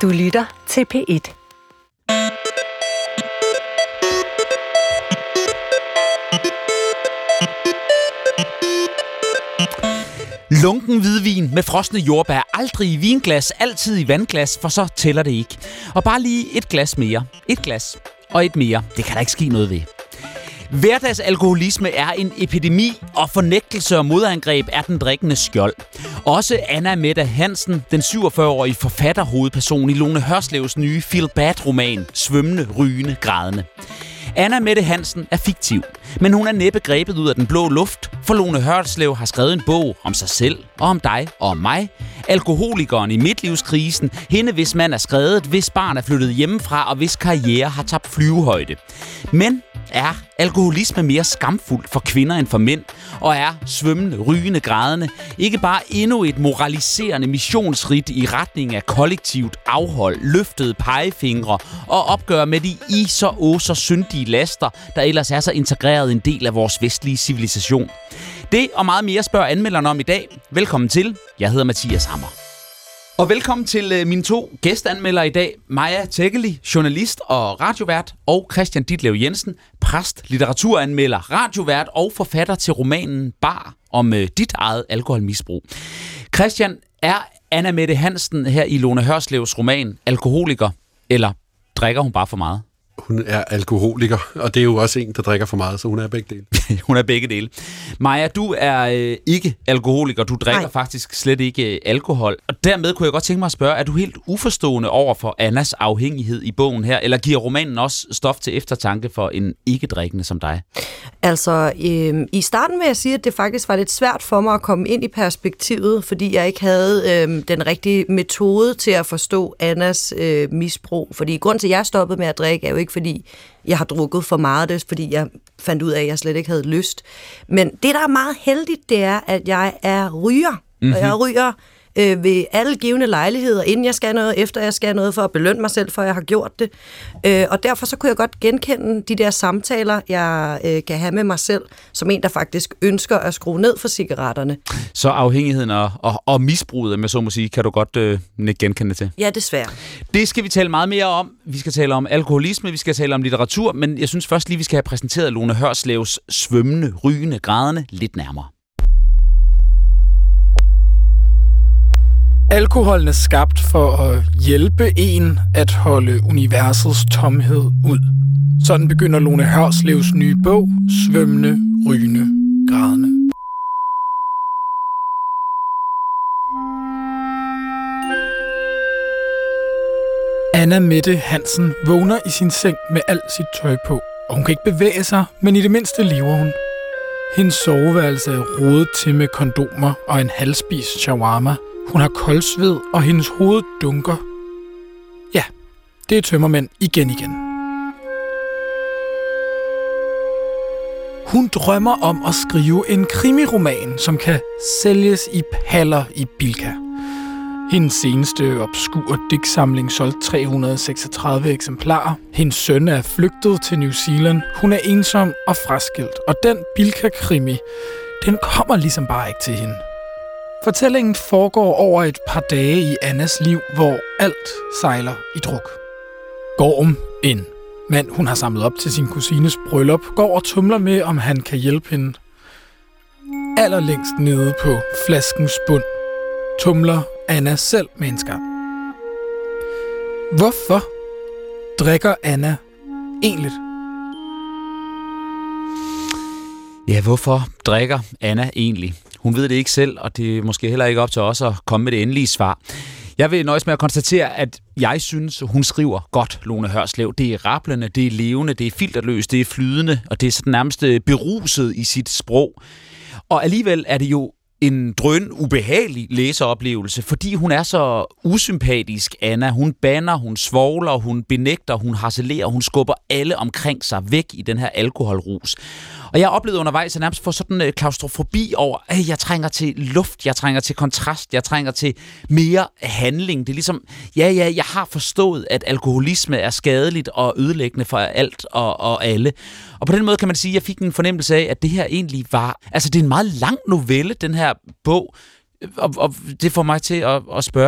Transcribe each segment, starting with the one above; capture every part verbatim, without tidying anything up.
Du lytter til P et. Lunken hvidvin med frosne jordbær, aldrig i vinglas, altid i vandglas, for så tæller det ikke. Og bare lige et glas mere. Et glas og et mere. Det kan der ikke ske noget ved. Hverdagsalkoholisme er en epidemi, og fornægtelse og modangreb er den drikkende skjold. Også Anna Mette Hansen, den syvogfyrre-årige forfatterhovedperson i Lone Hørslevs nye Feel Bad-roman, Svømmende, rygende, grædende. Anna Mette Hansen er fiktiv, men hun er næppe grebet ud af den blå luft, for Lone Hørslev har skrevet en bog om sig selv og om dig og om mig. Alkoholikeren i midtlivskrisen, hende hvis mand er skredet, hvis barn er flyttet hjemmefra og hvis karriere har tabt flyvehøjde. Men er alkoholisme mere skamfuldt for kvinder end for mænd, og er svømmende, rygende, grædende ikke bare endnu et moraliserende missionsridt i retning af kollektivt afhold, løftede pegefingre og opgør med de i så åser syndige laster, der ellers er så integreret en del af vores vestlige civilisation? Det og meget mere spørger anmelderne om i dag. Velkommen til. Jeg hedder Mathias Hammer. Og velkommen til øh, mine to gæstanmeldere i dag. Maja Teckeli, journalist og radiovært, og Christian Ditlev Jensen, præst, litteraturanmelder, radiovært og forfatter til romanen Bar om øh, dit eget alkoholmisbrug. Christian, er Anna Mette Hansen her i Lone Hørslevs roman alkoholiker, eller drikker hun bare for meget? Hun er alkoholiker, og det er jo også en, der drikker for meget, så hun er begge dele. Hun er begge dele. Maja, du er øh, ikke alkoholiker. Du drikker Nej. faktisk slet ikke øh, alkohol. Og dermed kunne jeg godt tænke mig at spørge, er du helt uforstående over for Annas afhængighed i bogen her, eller giver romanen også stof til eftertanke for en ikke-drikkende som dig? Altså, øh, i starten vil jeg sige, at det faktisk var lidt svært for mig at komme ind i perspektivet, fordi jeg ikke havde øh, den rigtige metode til at forstå Annas øh, misbrug. Fordi grund til, at jeg stoppede med at drikke, er jo ikke fordi jeg har drukket for meget, det er, fordi jeg fandt ud af, at jeg slet ikke havde lyst. Men det, der er meget heldigt, det er, at jeg er ryger. Mm-hmm. Og jeg ryger øh, ved alle givne lejligheder, inden jeg skal noget, efter jeg skal noget, for at belønne mig selv, for at jeg har gjort det. Øh, og derfor så kunne jeg godt genkende de der samtaler, jeg øh, kan have med mig selv, som en, der faktisk ønsker at skrue ned for cigaretterne. Så afhængigheden og, og, og misbruget, med så må sige, kan du godt øh, genkende til? Ja, desværre. Det skal vi tale meget mere om. Vi skal tale om alkoholisme, vi skal tale om litteratur, men jeg synes først lige, vi skal have præsenteret Lone Hørslevs Svømmende, rygende, grædende lidt nærmere. Alkoholen er skabt for at hjælpe en at holde universets tomhed ud. Sådan begynder Lone Hørslevs nye bog, Svømmende, rygende, grædende. Anna Mette Hansen vågner i sin seng med alt sit tøj på, og hun kan ikke bevæge sig, men i det mindste lever hun. Hendes soveværelse er rodet til med kondomer og en halvspist shawarma. Hun har koldsved, og hendes hoved dunker. Ja, det er tømmermænd igen igen. Hun drømmer om at skrive en krimiroman, som kan sælges i paller i Bilka. Hendes seneste obskure digtsamling solgte tre hundrede og seksogtredive eksemplarer. Hendes søn er flygtet til New Zealand. Hun er ensom og fraskilt, og den Bilka-krimi, den kommer ligesom bare ikke til hende. Fortællingen foregår over et par dage i Annas liv, hvor alt sejler i druk. Gorm, en mand, hun har samlet op til sin kusines bryllup, går og tumler med, om han kan hjælpe hende. Allerlængst nede på flaskens bund tumler Anna selv med en skam. Hvorfor drikker Anna egentlig? Ja, hvorfor drikker Anna egentlig? Hun ved det ikke selv, og det er måske heller ikke op til os at komme med det endelige svar. Jeg vil nøjes med at konstatere, at jeg synes, hun skriver godt, Lone Hørslev. Det er rablende, det er levende, det er filterløst, det er flydende, og det er sådan nærmest beruset i sit sprog. Og alligevel er det jo en drøn, ubehagelig læseoplevelse, fordi hun er så usympatisk, Anna. Hun banner, hun svogler, hun benægter, hun harcelerer, hun skubber alle omkring sig væk i den her alkoholrus. Og jeg oplevede undervejs at nærmest få sådan en klaustrofobi over, at jeg trænger til luft, jeg trænger til kontrast, jeg trænger til mere handling. Det er ligesom, ja, ja, jeg har forstået, at alkoholisme er skadeligt og ødelæggende for alt og, og alle. Og på den måde kan man sige, at jeg fik en fornemmelse af, at det her egentlig var, altså det er en meget lang novelle, den her bog, og, og det får mig til at, at spørge,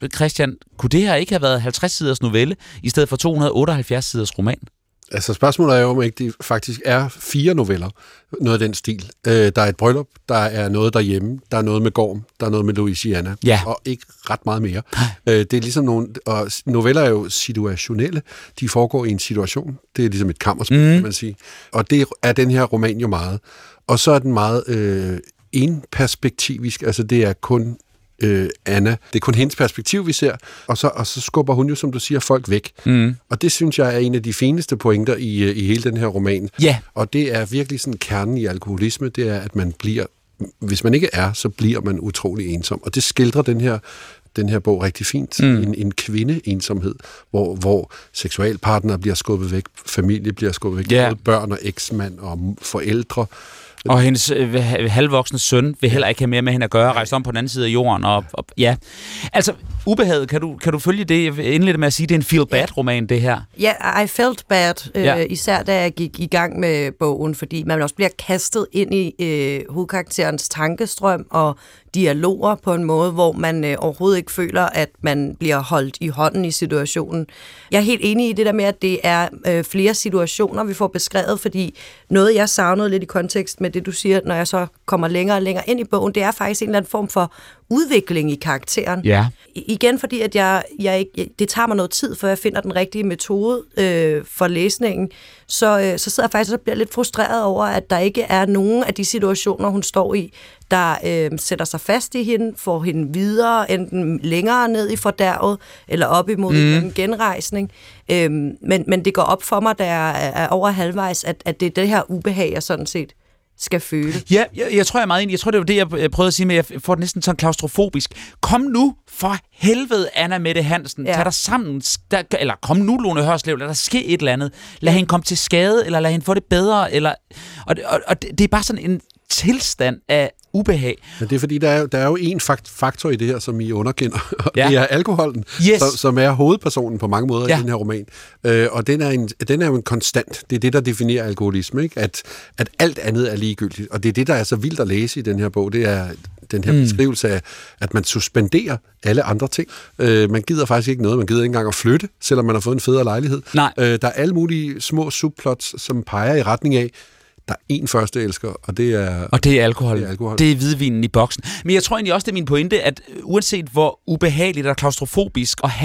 Christian, kunne det her ikke have været halvtreds siders novelle, i stedet for to hundrede otteoghalvfjerds siders roman? Altså spørgsmålet er jo, om ikke det faktisk er fire noveller, noget af den stil. Øh, der er et bryllup, der er noget derhjemme, der er noget med Gorm, der er noget med Louisiana, ja. og ikke ret meget mere. Øh, det er ligesom nogle, og noveller er jo situationelle, de foregår i en situation. Det er ligesom et kammerspil, mm. kan man sige. Og det er den her roman jo meget. Og så er den meget øh, enperspektivisk, altså det er kun Øh, Anna. Det er kun hendes perspektiv, vi ser, og så, og så skubber hun jo, som du siger, folk væk. Mm. Og det synes jeg er en af de fineste pointer i, i hele den her roman. Yeah. Og det er virkelig sådan kernen i alkoholisme, det er, at man bliver, hvis man ikke er, så bliver man utrolig ensom. Og det skildrer den her den her bog rigtig fint. Mm. En, en kvinde-ensomhed, hvor, hvor seksualpartnere bliver skubbet væk, familie bliver skubbet væk, yeah. både børn og eksmand og forældre. Og hendes øh, halvvoksne søn vil heller ikke have mere med hende at gøre, rejse om på den anden side af jorden. Og, og, ja. Altså, ubehaget, kan du, kan du følge det? Jeg indledte med at sige, det er en feel-bad-roman, det her. Ja, yeah, I felt bad, øh, ja. især da jeg gik i gang med bogen, fordi man også bliver kastet ind i øh, hovedkarakterens tankestrøm og dialoger på en måde, hvor man øh, overhovedet ikke føler, at man bliver holdt i hånden i situationen. Jeg er helt enig i det der med, at det er øh, flere situationer, vi får beskrevet, fordi noget, jeg savnede lidt i kontekst med det, du siger, når jeg så kommer længere og længere ind i bogen, det er faktisk en eller anden form for udvikling i karakteren. Ja. I, igen fordi, at jeg, jeg ikke, det tager mig noget tid, før jeg finder den rigtige metode øh, for læsningen, så, øh, så sidder jeg faktisk og bliver lidt frustreret over, at der ikke er nogen af de situationer, hun står i, der øh, sætter sig fast i hende, får hende videre, enten længere ned i fordærvet, eller op imod mm. en genrejsning. Øhm, men, men det går op for mig, da jeg er over halvvejs, at, at det er det her ubehag, jeg sådan set skal føle. Ja, jeg, jeg tror, jeg er meget enig. Jeg tror, det var det, jeg prøvede at sige, men jeg får det næsten sådan klaustrofobisk. Kom nu for helvede, Anna Mette Hansen. Ja. Tag dig sammen. Der, eller kom nu, Lone Hørslev. Lad der ske et eller andet. Lad hende komme til skade, eller lad hende få det bedre. Eller, og, og, og det, det er bare sådan en tilstand af ubehag. Men det er fordi, der er, der er jo en faktor i det her, som I underkender, og ja. det er alkoholen, yes. som, som er hovedpersonen på mange måder ja. i den her roman. Øh, og den er, en, den er jo en konstant. Det er det, der definerer alkoholisme, ikke? At, at alt andet er ligegyldigt. Og det er det, der er så vildt at læse i den her bog. Det er den her mm. beskrivelse af, at man suspenderer alle andre ting. Øh, man gider faktisk ikke noget. Man gider ikke engang at flytte, selvom man har fået en federe lejlighed. Nej. Øh, der er alle mulige små subplots, som peger i retning af, der er en første elsker, og det er... Og det er alkohol. Det er, alkohol. Det er hvidvinen i boksen. Men jeg tror egentlig også, det er min pointe, at uanset hvor ubehageligt og klaustrofobisk og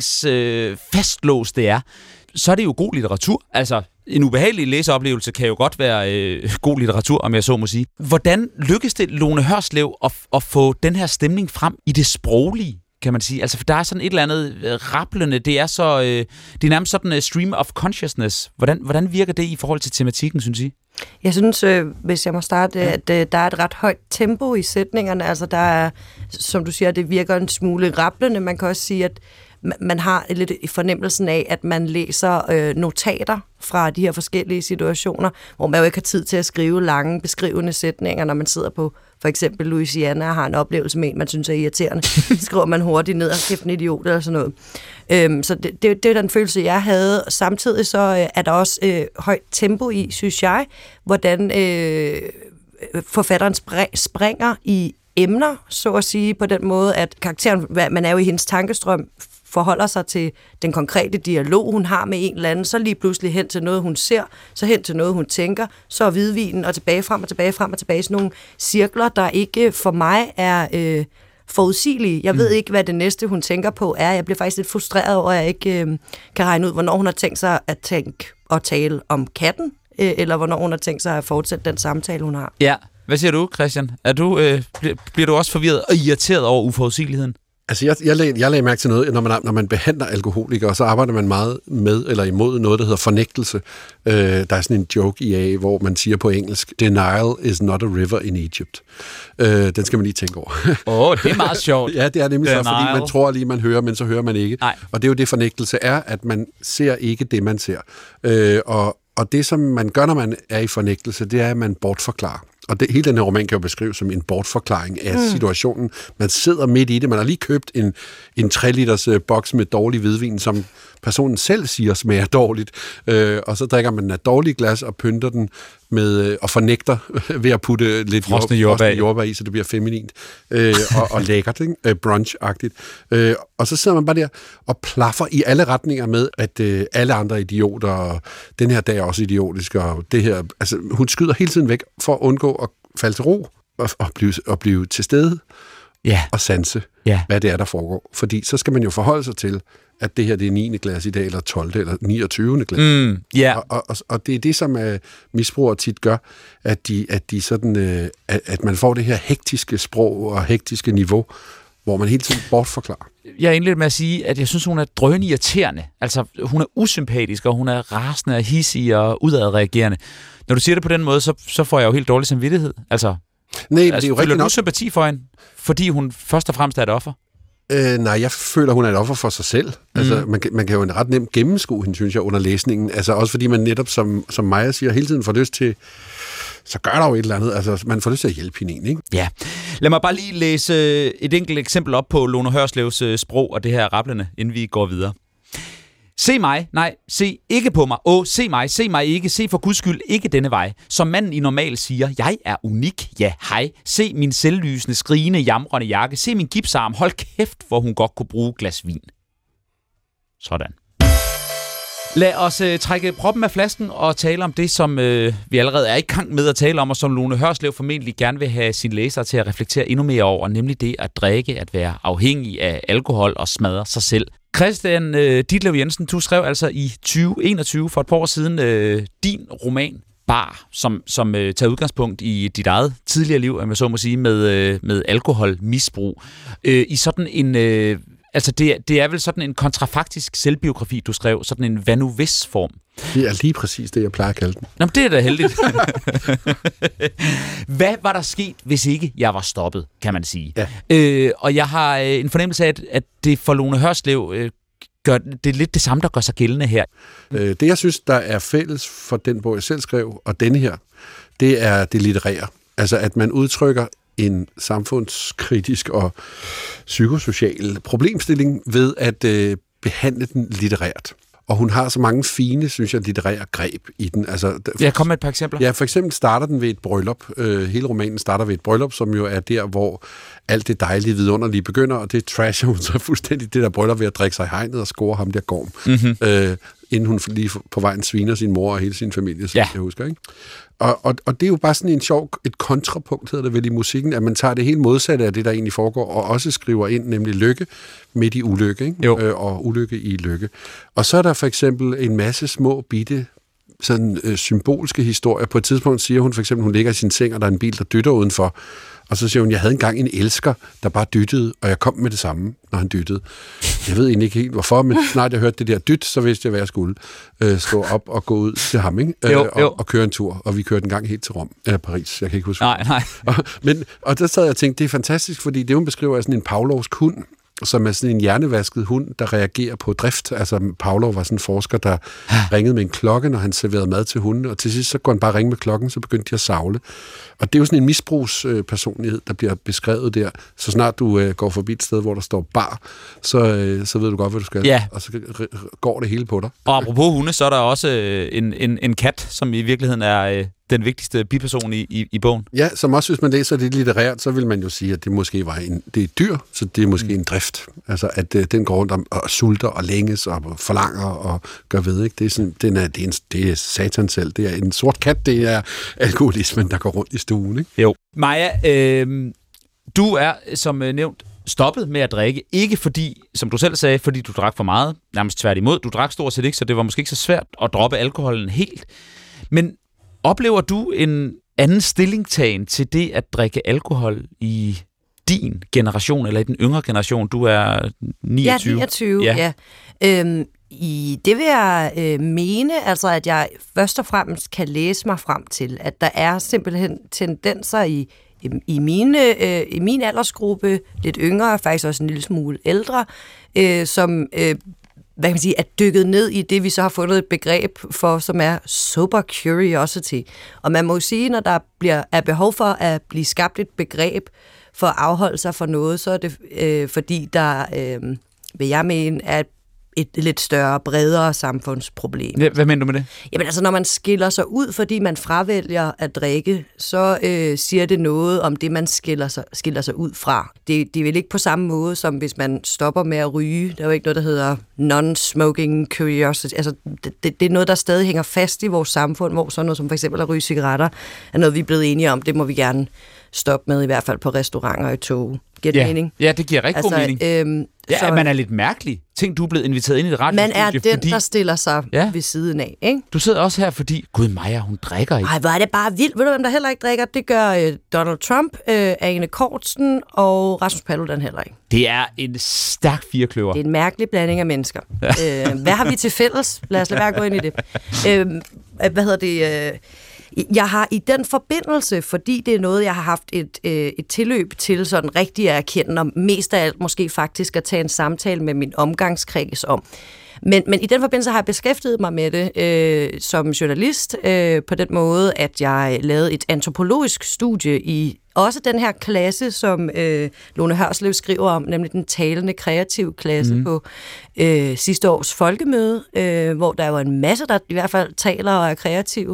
handlingsfastlåst øh, det er, så er det jo god litteratur. Altså, en ubehagelig læseoplevelse kan jo godt være øh, god litteratur, om jeg så må sige. Hvordan lykkes det, Lone Hørslev, at, at få den her stemning frem i det sproglige, kan man sige? Altså, for der er sådan et eller andet øh, rablende, det er så, øh, det er nærmest sådan en uh, stream of consciousness. Hvordan, hvordan virker det i forhold til tematikken, synes I? Jeg synes, øh, hvis jeg må starte, at øh, der er et ret højt tempo i sætningerne. Altså, der er, som du siger, det virker en smule rablende. Man kan også sige, at man har lidt fornemmelsen af, at man læser øh, notater fra de her forskellige situationer, hvor man jo ikke har tid til at skrive lange, beskrivende sætninger, når man sidder på for eksempel Louisiana og har en oplevelse med en, man synes er irriterende. Så skriver man hurtigt ned og kæft en idiot eller sådan noget. Øhm, så det, det, det er den følelse, jeg havde. Samtidig så øh, er der også øh, højt tempo i, synes jeg, hvordan øh, forfatteren springer i emner, så at sige, på den måde, at karakteren, man er jo i hendes tankestrøm, forholder sig til den konkrete dialog, hun har med en eller anden, så lige pludselig hen til noget, hun ser, så hen til noget, hun tænker, så er hvidvinen, og tilbage, frem og tilbage, frem og tilbage, sådan nogle cirkler, der ikke for mig er øh, forudsigelige. Jeg mm. ved ikke, hvad det næste, hun tænker på, er. Jeg bliver faktisk lidt frustreret over, at jeg ikke øh, kan regne ud, hvornår hun har tænkt sig at tænke og tale om katten, øh, eller hvornår hun har tænkt sig at fortsætte den samtale, hun har. Ja. Hvad siger du, Christian? Er du, øh, bliver, bliver du også forvirret og irriteret over uforudsigeligheden? Altså, jeg, jeg, lagde, jeg lagde mærke til noget, når man, når man behandler alkoholikere, så arbejder man meget med eller imod noget, der hedder fornægtelse. Øh, der er sådan en joke i A, hvor man siger på engelsk, denial is not a river in Egypt. Øh, den skal man lige tænke over. Åh, oh, det er meget sjovt. Ja, det er nemlig så, fordi man tror lige, man hører, men så hører man ikke. Nej. Og det er jo det, fornægtelse er, at man ser ikke det, man ser. Øh, og, og det, som man gør, når man er i fornægtelse, det er, at man bortforklarer. Og det, hele den her roman kan jo beskrives som en bortforklaring af mm. situationen. Man sidder midt i det. Man har lige købt en, en tre liters uh, boks med dårlig hvidvin, som personen selv siger smager dårligt. Øh, og så drikker man den af dårlig glas og pynter den med og fornægter ved at putte lidt frosne jordbær, jordbær i, så det bliver feminint øh, og, og lækkert, ikke? Øh, brunch-agtigt. Øh, og så sidder man bare der og plaffer i alle retninger med, at øh, alle andre er idioter, og den her dag er også idiotisk, og det her... Altså, hun skyder hele tiden væk for at undgå at falde til ro og, og, blive, og blive til stede ja. og sanse, ja. hvad det er, der foregår. Fordi så skal man jo forholde sig til, at det her det er niende klasse i dag, eller tolvte eller niogtyvende klasse. Mm, yeah. og, og, og det er det, som uh, misbrugere tit gør, at, de, at, de sådan, uh, at, at man får det her hektiske sprog og hektiske niveau, hvor man hele tiden bortforklarer. Jeg er indledt med at sige, at jeg synes, hun er drønende irriterende. Altså, hun er usympatisk, og hun er rasende og hissig og udadreagerende. Når du siger det på den måde, så, så får jeg jo helt dårlig samvittighed. Altså, Nej, altså det er jo føler du nok sympati for hende, fordi hun først og fremmest er et offer? Øh, nej, jeg føler, hun er et offer for sig selv. Mm. Altså, man, man kan jo en ret nemt gennemskue hende, synes jeg, under læsningen. Altså, også fordi man netop, som, som Maja siger, hele tiden får lyst til, så gør der jo et eller andet. Altså, man får lyst til at hjælpe hende egentlig, ikke? Ja. Lad mig bare lige læse et enkelt eksempel op på Lone Hørslevs sprog og det her rablende, inden vi går videre. Se mig, nej, se ikke på mig. Åh, se mig, se mig ikke, se for Guds skyld ikke denne vej. Som manden i normal siger, jeg er unik, ja, hej. Se min selvlysende, skrigende, jamrende jakke. Se min gipsarm, hold kæft, hvor hun godt kunne bruge et glas vin. Sådan. Lad os øh, trække proppen af flasken og tale om det, som øh, vi allerede er i gang med at tale om, og som Lone Hørslev formentlig gerne vil have sine læsere til at reflektere endnu mere over, nemlig det at drikke, at være afhængig af alkohol og smadre sig selv. Christian øh, Ditlev Jensen, du skrev altså i tyve enogtyve for et par år siden øh, din roman Bar, som, som øh, tager udgangspunkt i dit eget tidligere liv, om jeg så må sige, med, øh, med alkoholmisbrug. Øh, I sådan en... Øh, Altså, det, det er vel sådan en kontrafaktisk selvbiografi, du skrev, sådan en hvad nu hvis form. Det er lige præcis det, jeg plejer at kalde den. Nå, det er da heldigt. Hvad var der sket, hvis ikke jeg var stoppet, kan man sige? Ja. Øh, og jeg har øh, en fornemmelse af, at, at det for Lone Hørslev øh, gør det er lidt det samme, der gør sig gældende her. Øh, det, jeg synes, der er fælles for den bog, jeg selv skrev, og denne her, det er det litterære. Altså, at man udtrykker en samfundskritisk og psykosocial problemstilling ved at øh, behandle den litterært. Og hun har så mange fine, synes jeg, litterære greb i den. Altså, jeg kommer med et par eksempler. Ja, for eksempel starter den ved et bryllup. Øh, hele romanen starter ved et bryllup, som jo er der, hvor alt det dejlige, vidunderlige begynder, og det trasher hun så fuldstændig det der bryllup ved at drikke sig i hegnet og score ham der gorm. Mm-hmm. Øh, inden hun lige på vejen sviner sin mor og hele sin familie, som ja. jeg husker, ikke? Og, og, og det er jo bare sådan en sjov, et kontrapunkt, hedder det vel i musikken, at man tager det helt modsatte af det, der egentlig foregår, og også skriver ind, nemlig lykke midt i ulykke, ikke? Øh, og ulykke i lykke. Og så er der for eksempel en masse små, bitte, sådan øh, symbolske historier. På et tidspunkt siger hun for eksempel, hun ligger i sin seng, og der er en bil, der dytter udenfor. Og så siger hun, jeg havde engang en elsker, der bare dyttede, og jeg kom med det samme, når han dyttede. Jeg ved egentlig ikke helt, hvorfor, men snart jeg hørte det der dyt, så vidste jeg, hvad jeg skulle. Øh, stå op og gå ud til ham, ikke? Øh, jo, og, jo. og køre en tur. Og vi kørte en gang helt til Rom, eller Paris, jeg kan ikke huske. Nej, nej. Og, men, og der sad jeg og tænkte, det er fantastisk, fordi det, hun beskriver, er sådan en Pavlovsk hund, som er sådan en hjernevasket hund, der reagerer på drift. Altså, Pavlov var sådan en forsker, der ringede med en klokke, når han serverede mad til hundene, og til sidst så kunne han bare ringe med klokken, så begyndte de at savle. Og det er jo sådan en misbrugspersonlighed, der bliver beskrevet der. Så snart du øh, går forbi et sted, hvor der står bar, så, øh, så ved du godt, hvad du skal. Ja. Og så går det hele på dig. Og apropos hunde, så er der også øh, en, en, en kat, som i virkeligheden er øh, den vigtigste biperson i, i, i bogen. Ja, som også, hvis man læser det litterært, så vil man jo sige, at det måske var en, det er et dyr, så det er måske mm. en drift. Altså, at øh, den går rundt og, og sulter og længes og forlanger og gør ved, ikke? Det er, sådan, den er, det er, en, det er satan selv. Det er en sort kat, det er alkoholismen, der går rundt i stuen, ikke? Jo. Maja, øh, du er, som nævnt, stoppet med at drikke. Ikke fordi, som du selv sagde, fordi du drak for meget. Nærmest tværtimod. Du drak stort set ikke, så det var måske ikke så svært at droppe alkoholen helt. Men oplever du en anden stillingtagen til det at drikke alkohol i din generation, eller i den yngre generation? Du er niogtyve. Ja, niogtyve, ja. ja. Øhm, i, det vil jeg øh, mene, altså at jeg først og fremmest kan læse mig frem til, at der er simpelthen tendenser i, i, i, mine, øh, i min aldersgruppe, lidt yngre, faktisk også en lille smule ældre, øh, som øh, hvad kan man sige, er dykket ned i det, vi så har fundet et begreb for, som er sober curiosity. Og man må jo sige, når der bliver, er behov for at blive skabt et begreb for at afholde sig for noget, så er det øh, fordi, der, øh, vil jeg mene, er et lidt større, bredere samfundsproblem. Ja, hvad mener du med det? Jamen altså, når man skiller sig ud, fordi man fravælger at drikke, så øh, siger det noget om det, man skiller sig, skiller sig ud fra. Det, det er vel ikke på samme måde, som hvis man stopper med at ryge. Der er jo ikke noget, der hedder non-smoking curiosity. Altså, det, det, det er noget, der stadig hænger fast i vores samfund, hvor sådan noget som for eksempel at ryge cigaretter er noget, vi er blevet enige om. Det må vi gerne stoppe med, i hvert fald på restauranter og i tog. Giver det ja. mening? Ja, det giver rigtig altså, god mening. Øhm, ja, så, at man er lidt mærkelig. Tænk, du er blevet inviteret ind i et radiostudie. Man er den, fordi... der stiller sig ja. ved siden af, ikke? Du sidder også her, fordi, gud Maja, hun drikker ikke. Ej, hvor er det bare vildt. Ved du, hvem der heller ikke drikker? Det gør øh, Donald Trump, øh, Ane Cortzen og Rasmus Paludan heller ikke. Det er en stærk firekløver. Det er en mærkelig blanding af mennesker. Ja. Øh, hvad har vi til fælles? Lad os lade være at gå ind i det. Øh, hvad hedder det... Øh, Jeg har i den forbindelse, fordi det er noget, jeg har haft et, øh, et tilløb til sådan rigtig at erkende, og mest af alt måske faktisk at tage en samtale med min omgangskreds om. Men, men i den forbindelse har jeg beskæftiget mig med det øh, som journalist øh, på den måde, at jeg lavede et antropologisk studie i også den her klasse, som øh, Lone Hørslev skriver om, nemlig den talende kreative klasse mm. på øh, sidste års folkemøde, øh, hvor der var en masse, der i hvert fald taler og er kreative.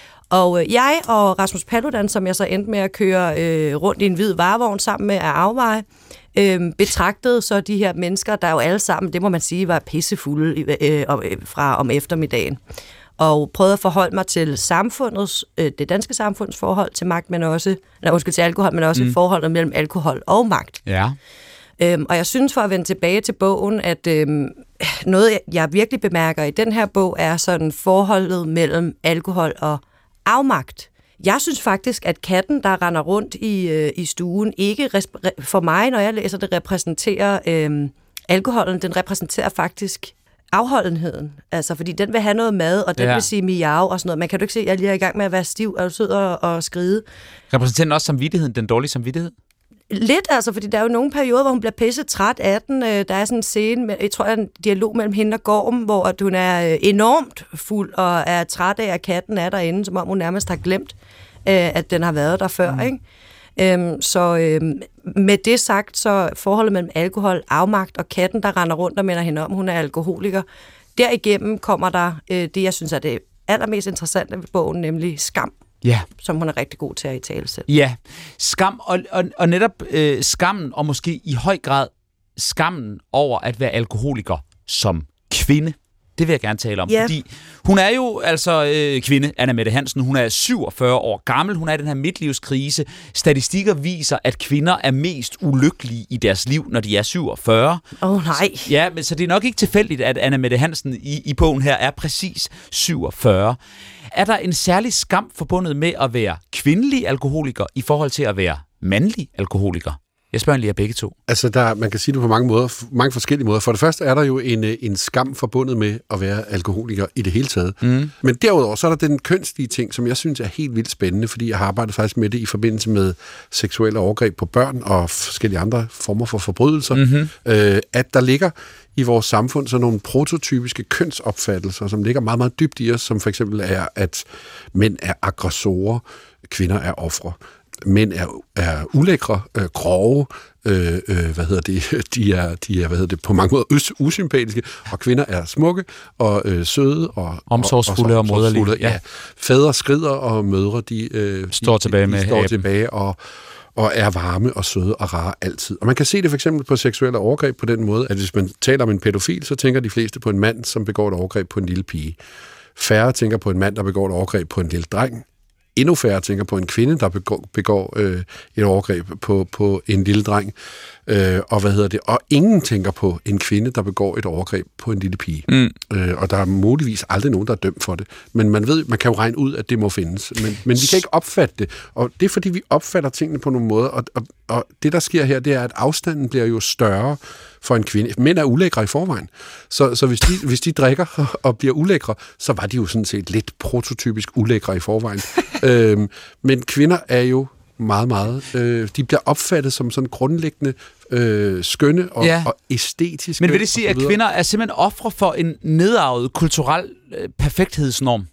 Og jeg og Rasmus Paludan, som jeg så endte med at køre øh, rundt i en hvid varevogn sammen med af afveje, øh, betragtede så de her mennesker, der jo alle sammen, det må man sige, var pissefulde øh, fra om eftermiddagen. Og prøvede at forholde mig til samfundets, øh, det danske samfunds forhold til magt, men også, eller undskyld, til alkohol, men også mm. forholdet mellem alkohol og magt. Ja. Øhm, og jeg synes, for at vende tilbage til bogen, at øhm, noget, jeg virkelig bemærker i den her bog, er sådan forholdet mellem alkohol og afmagt. Jeg synes faktisk, at katten, der render rundt i, øh, i stuen, ikke for mig, når jeg læser det, repræsenterer øh, alkoholen. Den repræsenterer faktisk afholdenheden. Altså, fordi den vil have noget mad, og den ja. vil sige miau og sådan noget. Man kan du ikke se, at jeg lige er i gang med at være stiv, og du sidder og, og skride. Repræsenterer den også samvittigheden, den dårlige samvittighed? Lidt, altså, fordi der er jo nogle perioder, hvor hun bliver pisse træt af den. Der er sådan en scene, med, jeg tror, der er en dialog mellem hende og Gorm, hvor at hun er enormt fuld og er træt af, at katten er derinde, som om hun nærmest har glemt, at den har været der før. Mm. Ikke? Øhm, så øhm, med det sagt, så forholdet mellem alkohol, afmagt og katten, der render rundt og minder hende om, hun er alkoholiker. Derigennem kommer der øh, det, jeg synes er det allermest interessante ved bogen, nemlig skam. Ja. Som hun er rigtig god til at i tale selv. Ja, skam, og, og, og netop øh, skammen, og måske i høj grad skammen over at være alkoholiker som kvinde. Det vil jeg gerne tale om, yeah. fordi hun er jo altså øh, kvinde, Anna-Mette Hansen. Hun er syvogfyrre år gammel. Hun er i den her midtlivskrise. Statistikker viser, at kvinder er mest ulykkelige i deres liv, når de er syvogfyrre. Åh oh, nej. Ja, men så det er nok ikke tilfældigt, at Anna-Mette Hansen i, i bogen her er præcis syvogfyrre. Er der en særlig skam forbundet med at være kvindelig alkoholiker i forhold til at være mandlig alkoholiker? Jeg spørger lige af begge to. Altså, der, man kan sige det på mange måder, mange forskellige måder. For det første er der jo en, en skam forbundet med at være alkoholiker i det hele taget. Mm. Men derudover, så er der den kønslige ting, som jeg synes er helt vildt spændende, fordi jeg har arbejdet faktisk med det i forbindelse med seksuelle overgreb på børn og forskellige andre former for forbrydelser. Mm-hmm. Øh, at der ligger i vores samfund så nogle prototypiske kønsopfattelser, som ligger meget, meget dybt i os, som for eksempel er, at mænd er aggressorer, kvinder er ofre. Mænd er, er ulækre, øh, grove, øh, øh, hvad hedder det, de er, de er hvad hedder det, på mange måder us- usympatiske, og kvinder er smukke og øh, søde og omsorgsfulde og, og, og moderlige. Ja. Ja. Fædre skrider, og mødre de, øh, står de, tilbage de, med de står tilbage og og er varme og søde og rare altid. Og man kan se det for eksempel på seksuelle overgreb på den måde, at hvis man taler om en pædofil, så tænker de fleste på en mand, som begår et overgreb på en lille pige. Færre tænker på en mand, der begår et overgreb på en lille dreng. Endnu færre tænker på en kvinde, der begår, begår øh, et overgreb på, på en lille dreng. Øh, og hvad hedder det? Og ingen tænker på en kvinde, der begår et overgreb på en lille pige. Mm. Øh, og der er muligvis aldrig nogen, der er dømt for det. Men man ved, man kan jo regne ud, at det må findes. Men, men vi kan ikke opfatte det. Og det er, fordi vi opfatter tingene på nogle måder. Og, og, og det, der sker her, det er, at afstanden bliver jo større for en kvinde. Mænd er ulækre i forvejen. Så, så hvis, de, hvis de drikker og bliver ulækre, så var de jo sådan set lidt prototypisk ulækre i forvejen. øhm, men kvinder er jo meget, meget. Øh, de bliver opfattet som sådan grundlæggende øh, skønne og, ja. og æstetiske. Men vil det sige, at kvinder er simpelthen ofre for en nedarvet kulturel øh, perfekthedsnorm?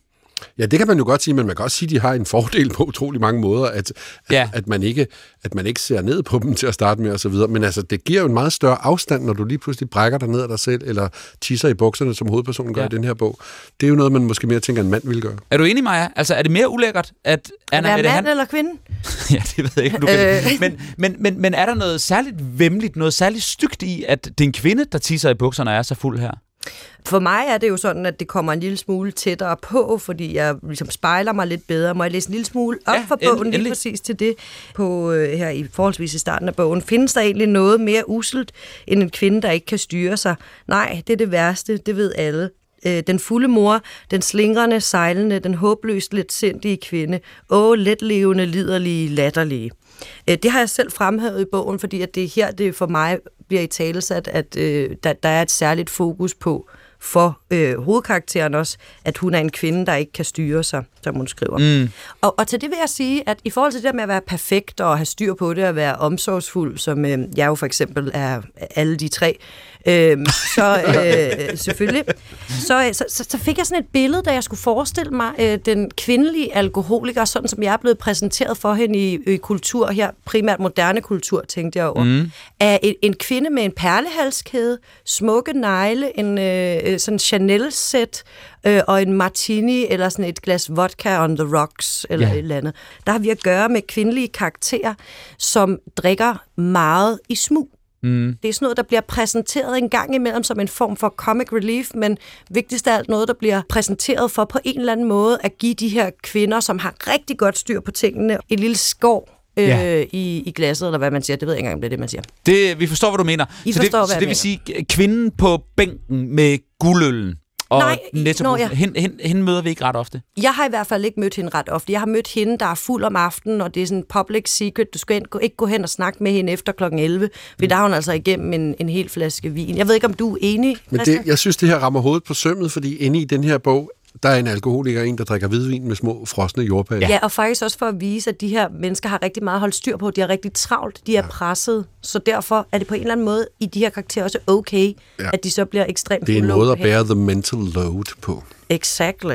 Ja, det kan man jo godt sige, men man kan også sige, at de har en fordel på utrolig mange måder, at, at, ja. at, man, ikke, at man ikke ser ned på dem til at starte med og så videre. Men altså, det giver jo en meget større afstand, når du lige pludselig brækker dig ned af dig selv, eller tisser i bukserne, som hovedpersonen gør ja. i den her bog. Det er jo noget, man måske mere tænker, en mand ville gøre. Er du enig, Maja? Altså, er det mere ulækkert, at Anna... Er det mand han... eller kvinde? Ja, det ved jeg ikke, du kan... men, men, men, men er der noget særligt væmmeligt, noget særligt stygt i, at det er en kvinde, der tisser i bukserne og er så fuld her? For mig er det jo sådan, at det kommer en lille smule tættere på, fordi jeg ligesom spejler mig lidt bedre. Må jeg læse en lille smule op ja, for bogen endelig. Lige præcis til det? På, øh, her i forholdsvis i starten af bogen. Findes der egentlig noget mere uselt end en kvinde, der ikke kan styre sig? Nej, det er det værste, det ved alle. Øh, den fulde mor, den slingrende, sejlende, den håbløst letsindige kvinde. Åh, letlevende, liderlige, latterlige. Øh, det har jeg selv fremhævet i bogen, fordi at det her det for mig bliver i talesat, at øh, der, der er et særligt fokus på for øh, hovedkarakteren også, at hun er en kvinde, der ikke kan styre sig, som hun skriver. Mm. Og, og til det vil jeg sige, at i forhold til det med at være perfekt og have styr på det og være omsorgsfuld, som øh, jeg jo for eksempel er alle de tre, øh, så øh, selvfølgelig, så, så, så, så fik jeg sådan et billede, da jeg skulle forestille mig øh, den kvindelige alkoholiker, sådan som jeg er blevet præsenteret for hende i, i kultur her, primært moderne kultur, tænkte jeg over, mm. af en, en kvinde med en perlehalskæde, smukke negle, en øh, sådan Chanel-sæt øh, og en martini eller sådan et glas vodka on the rocks eller yeah. et eller andet. Der har vi at gøre med kvindelige karakterer, som drikker meget i smug. Mm. Det er sådan noget, der bliver præsenteret en gang imellem som en form for comic relief, men vigtigst af alt noget, der bliver præsenteret for på en eller anden måde at give de her kvinder, som har rigtig godt styr på tingene, et lille skov øh, ja. i, i glasset, eller hvad man siger. Det ved jeg ikke engang, om det er det, man siger. Det, vi forstår, hvad du mener. I så forstår, det, hvad så det vil sige, kvinden på bænken med guldøllen. Og Nej, netop, når jeg... hende, hende, hende møder vi ikke ret ofte. Jeg har i hvert fald ikke mødt hende ret ofte. Jeg har mødt hende, der er fuld om aftenen, og det er sådan en public secret. Du skal ikke gå hen og snakke med hende efter klokken elleve, for mm. der har hun altså igennem en, en hel flaske vin. Jeg ved ikke, om du er enig, Men det, jeg synes, det her rammer hovedet på sømmet, fordi inde i den her bog, der er en alkoholiker, en, der drikker hvidvin med små frosne jordbær. Ja. ja, og faktisk også for at vise, at de her mennesker har rigtig meget holdt styr på. De er rigtig travlt, de er ja. presset. Så derfor er det på en eller anden måde i de her karakterer også okay, ja. at de så bliver ekstremt Det er en måde at bære the mental load på. Exactly.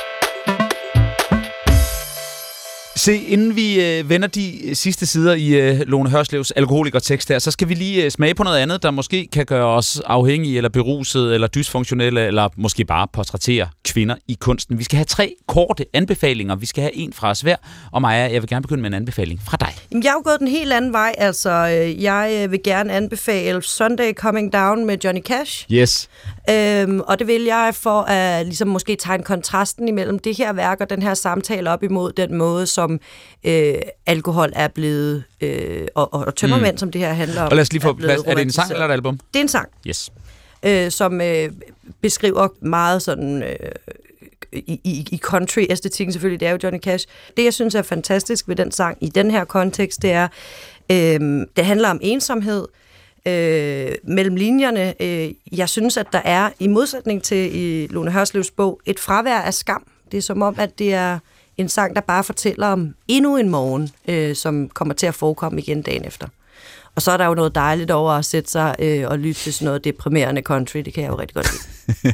Se, inden vi øh, vender de sidste sider i øh, Lone Hørslevs alkoholikertekst her, så skal vi lige øh, smage på noget andet, der måske kan gøre os afhængige, eller beruset, eller dysfunktionelle, eller måske bare portrættere kvinder i kunsten. Vi skal have tre korte anbefalinger. Vi skal have en fra os hver. Og Maja, jeg vil gerne begynde med en anbefaling fra dig. Jeg har jo gået den helt anden vej. Altså, jeg vil gerne anbefale Sunday Coming Down med Johnny Cash. Yes. Øhm, og det vil jeg for at ligesom måske tegne kontrasten imellem det her værk og den her samtale op imod den måde, som øh, alkohol er blevet, øh, og, og tømmermænd, mm. som det her handler om. Og lad os lige få plads. Er det en sang eller et album? Det er en sang. Yes. Øh, som øh, beskriver meget sådan... Øh, i, i, i country-æstetikken selvfølgelig, det er jo Johnny Cash. Det, jeg synes er fantastisk ved den sang i den her kontekst, det er, øh, det handler om ensomhed, Øh, mellem linjerne. Øh, jeg synes, at der er, i modsætning til i Lone Hørslevs bog, et fravær af skam. Det er som om, at det er en sang, der bare fortæller om endnu en morgen, øh, som kommer til at forekomme igen dagen efter. Og så er der jo noget dejligt over at sætte sig øh, og lytte til sådan noget deprimerende country. Det kan jeg jo rigtig godt lide.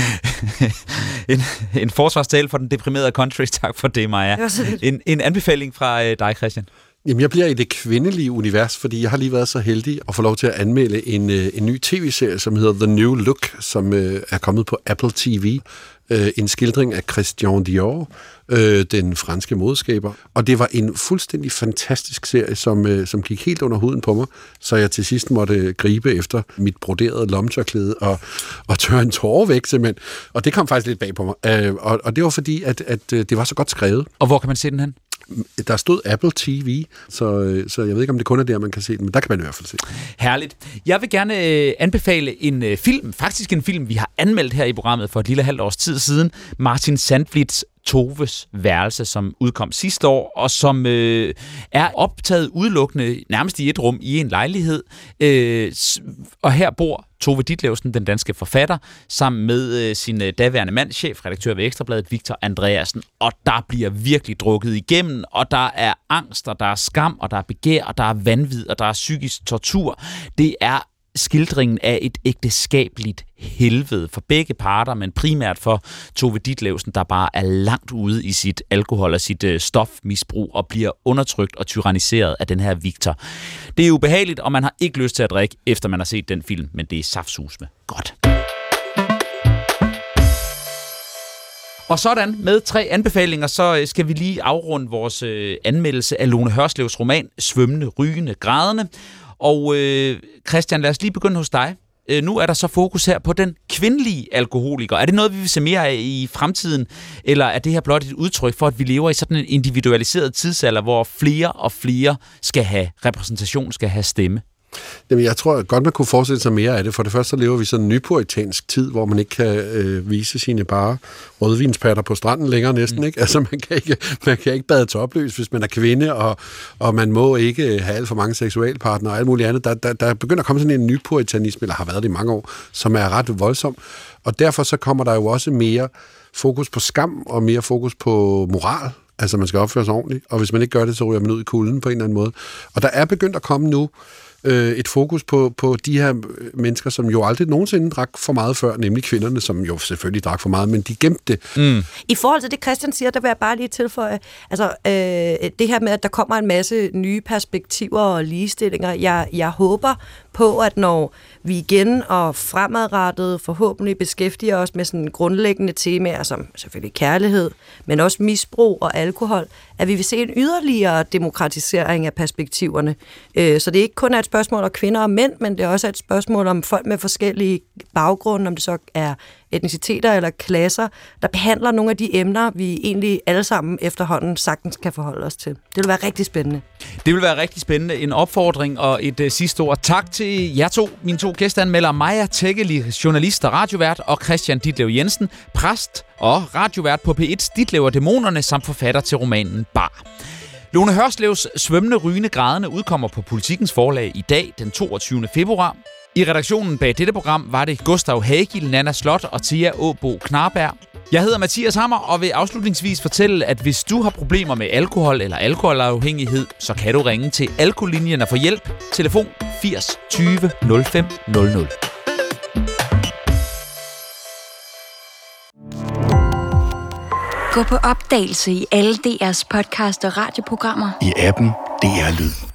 en, en forsvarstale for den deprimerede country. Tak for det, Maja. Det en, en anbefaling fra øh, dig, Christian. Jamen, jeg bliver i det kvindelige univers, fordi jeg har lige været så heldig at få lov til at anmelde en, en ny tv-serie, som hedder The New Look, som øh, er kommet på Apple T V. Øh, en skildring af Christian Dior, øh, den franske modeskaber. Og det var en fuldstændig fantastisk serie, som, øh, som gik helt under huden på mig, så jeg til sidst måtte gribe efter mit broderede lommetørklæde og, og tørre en tårer væk simpelthen. Og det kom faktisk lidt bag på mig. Øh, og, og det var fordi, at, at det var så godt skrevet. Og hvor kan man se den hen? Der stod Apple T V, så, så jeg ved ikke, om det kun er der, man kan se den, men der kan man i hvert fald se. Herligt. Jeg vil gerne øh, anbefale en øh, film, faktisk en film, vi har anmeldt her i programmet for et lille halvt års tid siden, Martin Sandblits Toves værelse, som udkom sidste år, og som øh, er optaget udelukkende nærmest i et rum i en lejlighed. Øh, og her bor Tove Ditlevsen, den danske forfatter, sammen med øh, sin øh, daværende mand, chefredaktør ved Ekstrabladet, Victor Andreasen. Og der bliver virkelig drukket igennem, og der er angst, og der er skam, og der er begær, og der er vanvid, og der er psykisk tortur. Det er skildringen af et ægteskabeligt helvede for begge parter, men primært for Tove Ditlevsen, der bare er langt ude i sit alkohol og sit øh, stofmisbrug og bliver undertrykt og tyranniseret af den her Victor. Det er ubehageligt, og man har ikke lyst til at drikke, efter man har set den film, men det er saftsusme godt. Og sådan, med tre anbefalinger, så skal vi lige afrunde vores øh, anmeldelse af Lone Hørslevs roman Svømmende, rygende, grædende. Og øh, Christian, lad os lige begynde hos dig. Øh, nu er der så fokus her på den kvindelige alkoholiker. Er det noget, vi vil se mere af i fremtiden, eller er det her blot et udtryk for, at vi lever i sådan en individualiseret tidsalder, hvor flere og flere skal have repræsentation, skal have stemme? Jamen, jeg tror godt, man kunne forestille sig mere af det. For det første så lever vi sådan en nypuritansk tid, hvor man ikke kan øh, vise sine bare rødvinspatter på stranden længere næsten. Ikke? Altså, man kan ikke, man kan ikke bade til opløs, hvis man er kvinde, og, og man må ikke have alt for mange seksualpartnere og alt muligt andet. Der, der, der begynder at komme sådan en nypuritanisme, eller har været det i mange år, som er ret voldsom. Og derfor så kommer der jo også mere fokus på skam, og mere fokus på moral. Altså, man skal opføre sig ordentligt, og hvis man ikke gør det, så ryger man ud i kulden på en eller anden måde. Og der er begyndt at komme nu et fokus på, på de her mennesker, som jo aldrig nogensinde drak for meget før, nemlig kvinderne, som jo selvfølgelig drak for meget, men de gemte det. Mm. I forhold til det, Christian siger, der vil jeg bare lige tilføje, altså øh, det her med, at der kommer en masse nye perspektiver og ligestillinger. Jeg, jeg håber på, at når vi igen og fremadrettet forhåbentlig beskæftiger os med sådan grundlæggende temaer, som selvfølgelig kærlighed, men også misbrug og alkohol, at vi vil se en yderligere demokratisering af perspektiverne. Øh, så det er ikke kun er et spørgsmål om kvinder og mænd, men det er også et spørgsmål om folk med forskellige baggrunde, om det så er etniciteter eller klasser, der behandler nogle af de emner, vi egentlig alle sammen efterhånden sagtens kan forholde os til. Det vil være rigtig spændende. Det vil være rigtig spændende. En opfordring og et uh, sidste ord. Tak til jer to, mine to gæsteanmeldere, Maja Tekkeli, journalist og radiovært, og Christian Ditlev Jensen, præst og radiovært på P et's Ditlev og Dæmonerne, samt forfatter til romanen Bar. Lone Hørslevs Svømmende, rygende, grædende udkommer på Politikens forlag i dag, den toogtyvende februar. I redaktionen bag dette program var det Gustav Hagil, Nana Slot og Thea Åbo Knarberg. Jeg hedder Mathias Hammer og vil afslutningsvis fortælle, at hvis du har problemer med alkohol eller alkoholafhængighed, så kan du ringe til Alkolinjen og få hjælp. Telefon firs tyve nul fem nul nul. Gå på opdagelse i alle D R's podcast og radioprogrammer. I appen D R Lyd.